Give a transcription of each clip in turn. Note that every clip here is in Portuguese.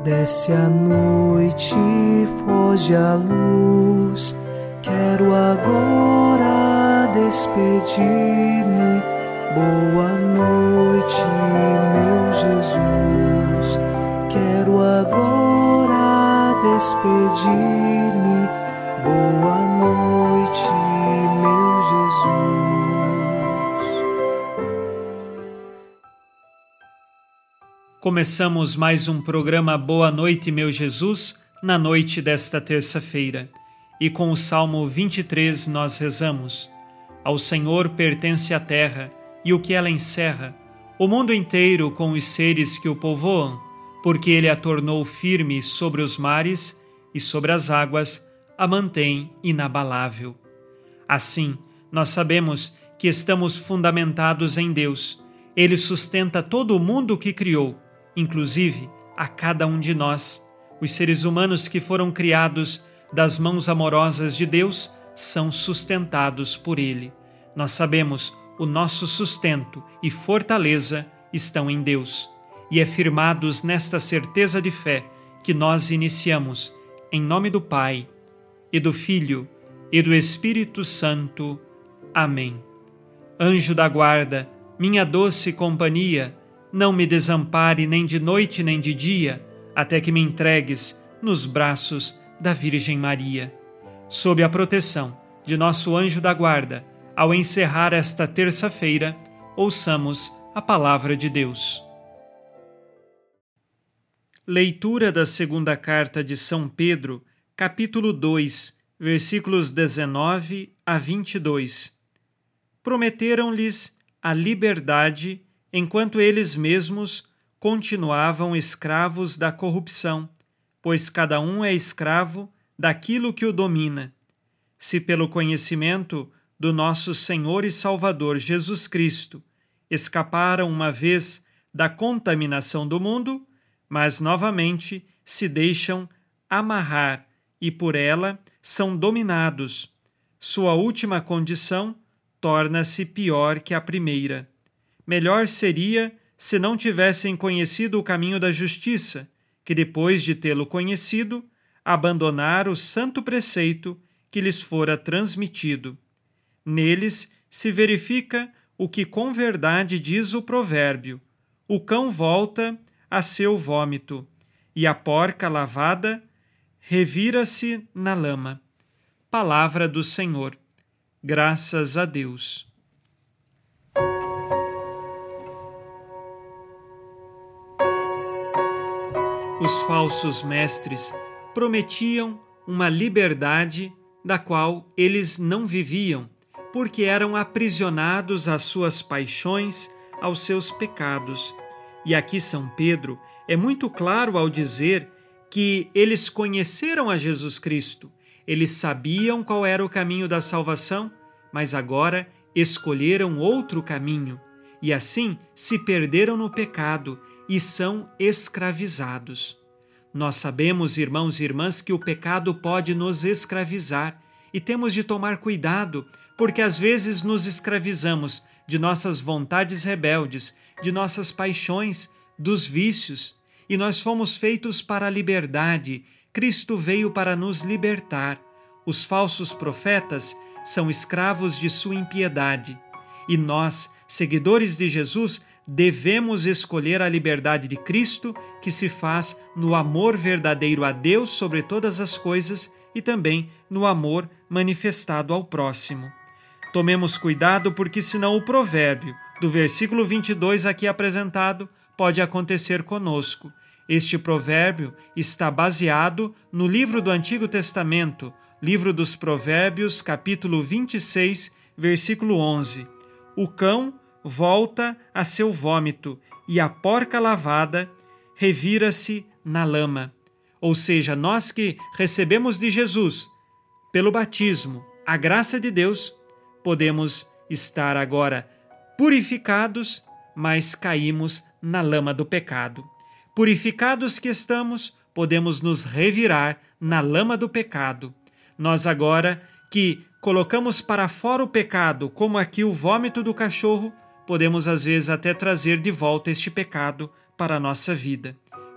Desce a noite, foge a luz. Quero agora despedir-me. Boa noite, meu Jesus. Quero agora despedir-me. Boa noite, meu Jesus. Começamos mais um programa Boa Noite, meu Jesus, na noite desta terça-feira. E com o Salmo 23 nós rezamos: Ao Senhor pertence a terra e o que ela encerra, o mundo inteiro com os seres que o povoam, porque ele a tornou firme sobre os mares e sobre as águas a mantém inabalável. Assim, nós sabemos que estamos fundamentados em Deus. Ele sustenta todo o mundo que criou, inclusive a cada um de nós. Os seres humanos que foram criados das mãos amorosas de Deus são sustentados por Ele. Nós sabemos, o nosso sustento e fortaleza estão em Deus. E é firmados nesta certeza de fé que nós iniciamos, em nome do Pai, e do Filho, e do Espírito Santo. Amém. Anjo da guarda, minha doce companhia, não me desampare nem de noite nem de dia, até que me entregues nos braços da Virgem Maria. Sob a proteção de nosso anjo da guarda, ao encerrar esta terça-feira, ouçamos a palavra de Deus. Leitura da segunda carta de São Pedro, capítulo 2, versículos 19 a 22. Prometeram-lhes a liberdade enquanto eles mesmos continuavam escravos da corrupção, pois cada um é escravo daquilo que o domina. Se pelo conhecimento do nosso Senhor e Salvador Jesus Cristo escaparam uma vez da contaminação do mundo, mas novamente se deixam amarrar e por ela são dominados, sua última condição torna-se pior que a primeira. Melhor seria se não tivessem conhecido o caminho da justiça, que depois de tê-lo conhecido, abandonar o santo preceito que lhes fora transmitido. Neles se verifica o que com verdade diz o provérbio: o cão volta a seu vômito, e a porca lavada revira-se na lama. Palavra do Senhor. Graças a Deus. Os falsos mestres prometiam uma liberdade da qual eles não viviam, porque eram aprisionados às suas paixões, aos seus pecados. E aqui São Pedro é muito claro ao dizer que eles conheceram a Jesus Cristo, eles sabiam qual era o caminho da salvação, mas agora escolheram outro caminho, e assim se perderam no pecado e são escravizados. Nós sabemos, irmãos e irmãs, que o pecado pode nos escravizar e temos de tomar cuidado, porque às vezes nos escravizamos de nossas vontades rebeldes, de nossas paixões, dos vícios, e nós fomos feitos para a liberdade. Cristo veio para nos libertar. Os falsos profetas são escravos de sua impiedade, e nós, seguidores de Jesus, devemos escolher a liberdade de Cristo, que se faz no amor verdadeiro a Deus sobre todas as coisas e também no amor manifestado ao próximo. Tomemos cuidado, porque senão o provérbio do versículo 22 aqui apresentado pode acontecer conosco. Este provérbio está baseado no livro do Antigo Testamento, livro dos Provérbios, capítulo 26, versículo 11. O cão volta a seu vômito e a porca lavada revira-se na lama. Ou seja, nós que recebemos de Jesus, pelo batismo, a graça de Deus, podemos estar agora purificados, mas caímos na lama do pecado. Purificados que estamos, podemos nos revirar na lama do pecado. Nós agora que colocamos para fora o pecado, como aqui o vômito do cachorro, podemos às vezes até trazer de volta este pecado para a nossa vida.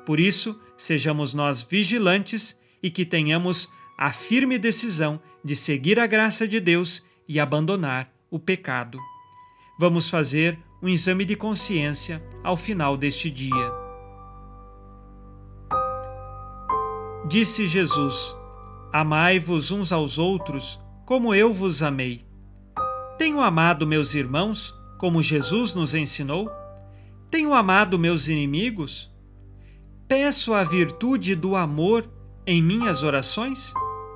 Por isso, sejamos nós vigilantes e que tenhamos a firme decisão de seguir a graça de Deus e abandonar o pecado. Vamos fazer um exame de consciência ao final deste dia. Disse Jesus: Amai-vos uns aos outros como eu vos amei. Tenho amado meus irmãos como Jesus nos ensinou? Tenho amado meus inimigos? Peço a virtude do amor em minhas orações?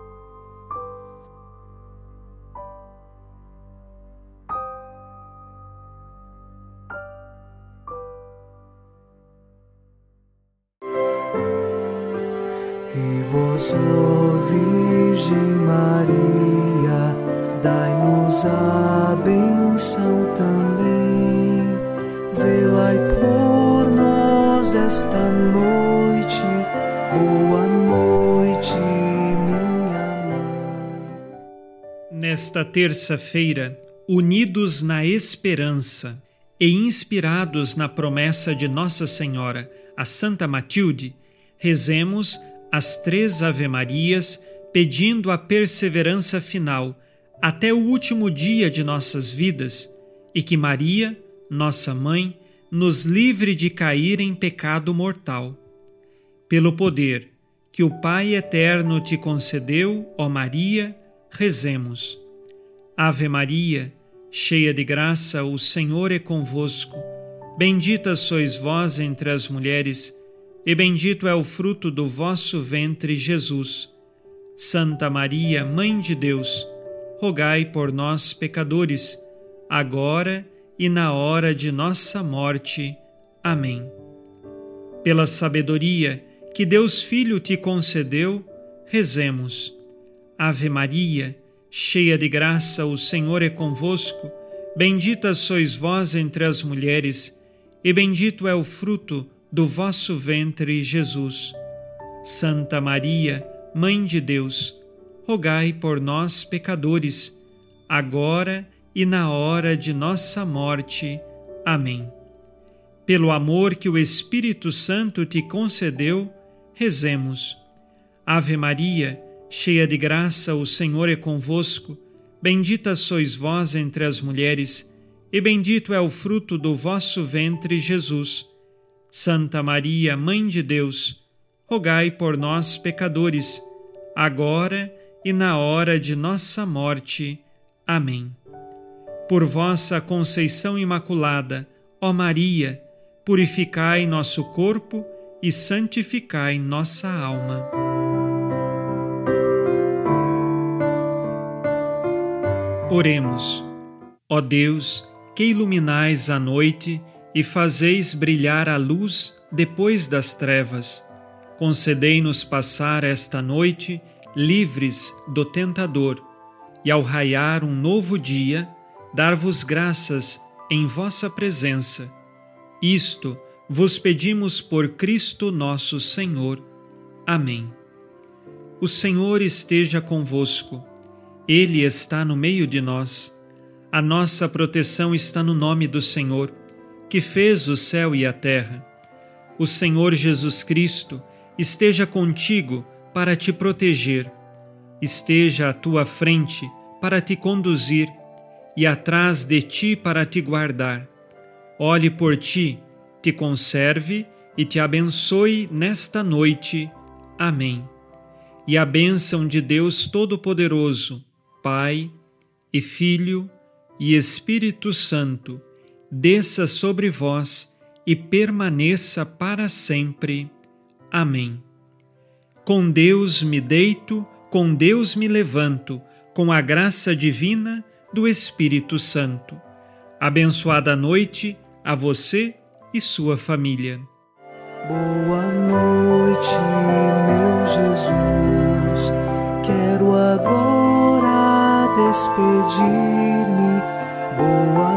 E vós, ó Virgem Maria, dai-nos a benção também. Velai por nós esta noite. Boa noite, minha mãe. Nesta terça-feira, unidos na esperança e inspirados na promessa de Nossa Senhora, a Santa Matilde, rezemos as 3 Ave-Marias, pedindo a perseverança final até o último dia de nossas vidas e que Maria, nossa Mãe, nos livre de cair em pecado mortal. Pelo poder que o Pai Eterno te concedeu, ó Maria, rezemos. Ave Maria, cheia de graça, o Senhor é convosco. Bendita sois vós entre as mulheres, e bendito é o fruto do vosso ventre, Jesus. Santa Maria, Mãe de Deus, rogai por nós, pecadores, agora e na hora de nossa morte. Amém. Pela sabedoria que Deus Filho te concedeu, rezemos. Ave Maria, cheia de graça, o Senhor é convosco. Bendita sois vós entre as mulheres, e bendito é o fruto do vosso ventre, Jesus. Santa Maria, Mãe de Deus, rogai por nós, pecadores, agora e na hora de nossa morte. Amém. Pelo amor que o Espírito Santo te concedeu, rezemos. Ave Maria, cheia de graça, o Senhor é convosco. Bendita sois vós entre as mulheres, e bendito é o fruto do vosso ventre, Jesus. Santa Maria, Mãe de Deus, rogai por nós, pecadores, agora e na hora de nossa morte. Amém. Por vossa conceição imaculada, ó Maria, purificai nosso corpo e santificai nossa alma. Oremos. Ó Deus, que iluminais a noite e fazeis brilhar a luz depois das trevas, concedei-nos passar esta noite livres do tentador e, ao raiar um novo dia, dar-vos graças em vossa presença. Isto vos pedimos por Cristo nosso Senhor. Amém. O Senhor esteja convosco. Ele está no meio de nós. A nossa proteção está no nome do Senhor, que fez o céu e a terra. O Senhor Jesus Cristo esteja contigo para te proteger, esteja à tua frente para te conduzir e atrás de ti para te guardar. Olhe por ti, te conserve e te abençoe nesta noite. Amém. E a bênção de Deus Todo-Poderoso, Pai e Filho e Espírito Santo, desça sobre vós e permaneça para sempre. Amém. Com Deus me deito, com Deus me levanto, com a graça divina do Espírito Santo. Abençoada noite a você e sua família. Boa noite, meu Jesus. Quero agora despedir-me. Boa